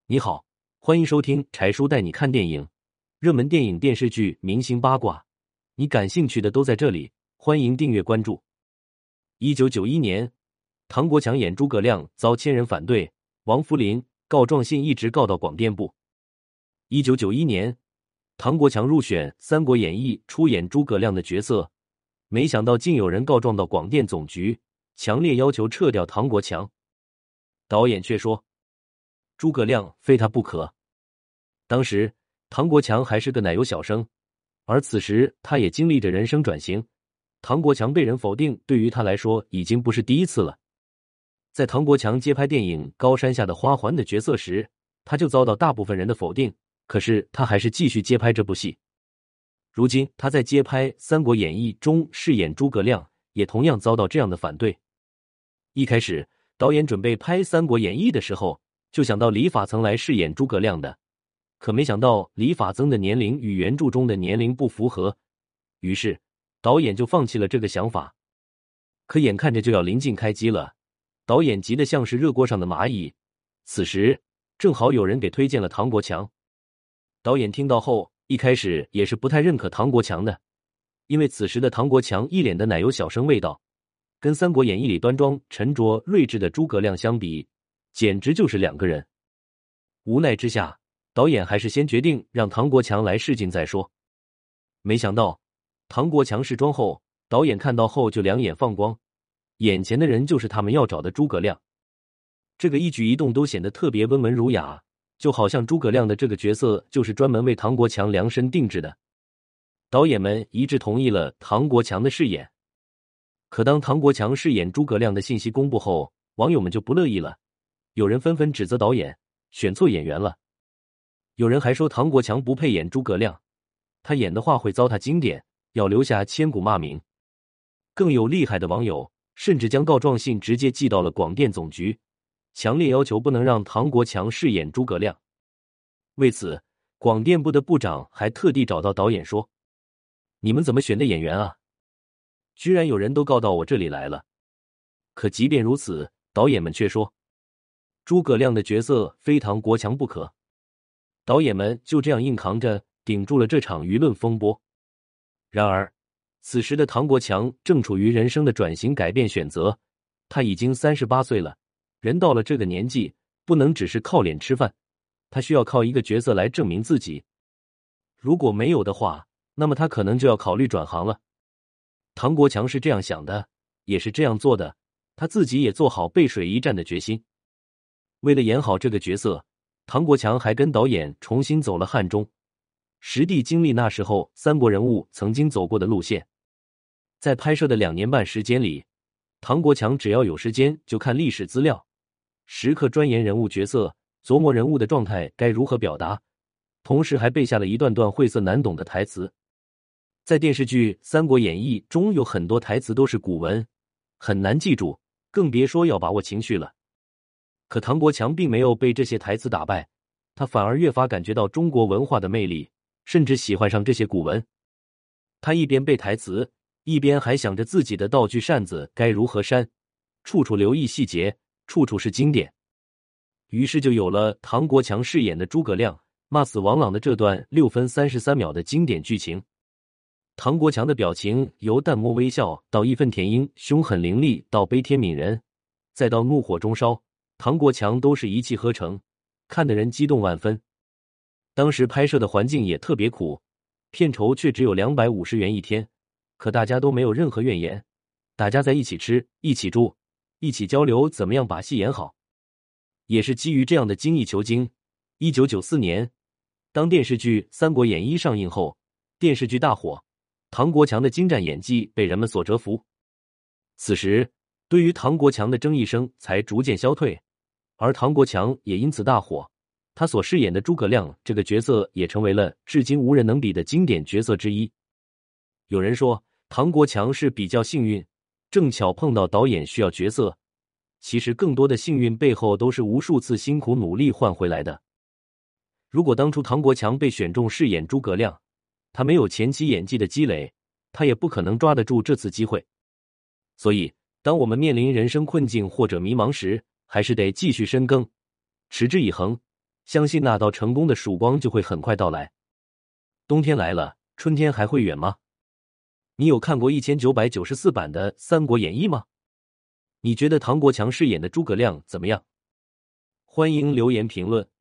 你好，欢迎收听柴叔带你看电影，热门电影、电视剧、明星八卦，你感兴趣的都在这里，欢迎订阅关注。1991年，唐国强演诸葛亮遭千人反对，王扶林告状信一直告到广电部。1991年，唐国强入选《三国演义》出演诸葛亮的角色，没想到竟有人告状到广电总局，强烈要求撤掉唐国强。导演却说，诸葛亮非他不可。当时唐国强还是个奶油小生，而此时他也经历着人生转型。唐国强被人否定，对于他来说已经不是第一次了。在唐国强接拍电影《高山下的花环》的角色时，他就遭到大部分人的否定，可是他还是继续接拍这部戏。如今他在接拍《三国演义》中饰演诸葛亮，也同样遭到这样的反对。一开始导演准备拍《三国演义》的时候，就想到李法曾来饰演诸葛亮的，可没想到李法曾的年龄与原著中的年龄不符合，于是导演就放弃了这个想法。可眼看着就要临近开机了，导演急得像是热锅上的蚂蚁。此时正好有人给推荐了唐国强。导演听到后，一开始也是不太认可唐国强的，因为此时的唐国强一脸的奶油小生味道，跟《三国演义》里端庄沉着睿智的诸葛亮相比，简直就是两个人。无奈之下，导演还是先决定让唐国强来试镜再说。没想到唐国强试妆后，导演看到后就两眼放光，眼前的人就是他们要找的诸葛亮。这个一举一动都显得特别温文儒雅，就好像诸葛亮的这个角色就是专门为唐国强量身定制的。导演们一致同意了唐国强的饰演。可当唐国强饰演诸葛亮的信息公布后，网友们就不乐意了，有人纷纷指责导演选错演员了。有人还说唐国强不配演诸葛亮，他演的话会糟蹋经典，要留下千古骂名。更有厉害的网友甚至将告状信直接寄到了广电总局，强烈要求不能让唐国强饰演诸葛亮。为此，广电部的部长还特地找到导演说，你们怎么选的演员啊？居然有人都告到我这里来了。可即便如此，导演们却说，诸葛亮的角色非唐国强不可。导演们就这样硬扛着，顶住了这场舆论风波。然而，此时的唐国强正处于人生的转型改变选择，他已经38岁了，人到了这个年纪，不能只是靠脸吃饭，他需要靠一个角色来证明自己。如果没有的话，那么他可能就要考虑转行了。唐国强是这样想的，也是这样做的，他自己也做好背水一战的决心。为了演好这个角色，唐国强还跟导演重新走了汉中，实地经历那时候三国人物曾经走过的路线。在拍摄的2年半时间里，唐国强只要有时间就看历史资料，时刻钻研人物角色，琢磨人物的状态该如何表达，同时还背下了一段段晦涩难懂的台词。在电视剧《三国演义》中有很多台词都是古文，很难记住，更别说要把握情绪了。可唐国强并没有被这些台词打败，他反而越发感觉到中国文化的魅力，甚至喜欢上这些古文。他一边背台词，一边还想着自己的道具扇子该如何扇，处处留意细节，处处是经典。于是就有了唐国强饰演的诸葛亮骂死王朗的这段6分33秒的经典剧情。唐国强的表情由淡漠微笑到义愤填膺、凶狠凌厉，到悲天悯人，再到怒火中烧，唐国强都是一气呵成，看得人激动万分。当时拍摄的环境也特别苦，片酬却只有250元一天，可大家都没有任何怨言，大家在一起吃，一起住，一起交流怎么样把戏演好。也是基于这样的精益求精，1994年，当电视剧《三国演义》上映后，电视剧大火，唐国强的精湛演技被人们所折服。此时，对于唐国强的争议声才逐渐消退，而唐国强也因此大火，他所饰演的诸葛亮这个角色也成为了至今无人能比的经典角色之一。有人说，唐国强是比较幸运，正巧碰到导演需要角色，其实更多的幸运背后都是无数次辛苦努力换回来的。如果当初唐国强被选中饰演诸葛亮，他没有前期演技的积累，他也不可能抓得住这次机会。所以，当我们面临人生困境或者迷茫时，还是得继续深耕，持之以恒， 相信那道成功的曙光就会很快到来。冬天来了，春天还会远吗？你有看过1994版的《三国演义》吗？你觉得唐国强饰演的诸葛亮怎么样？欢迎留言评论。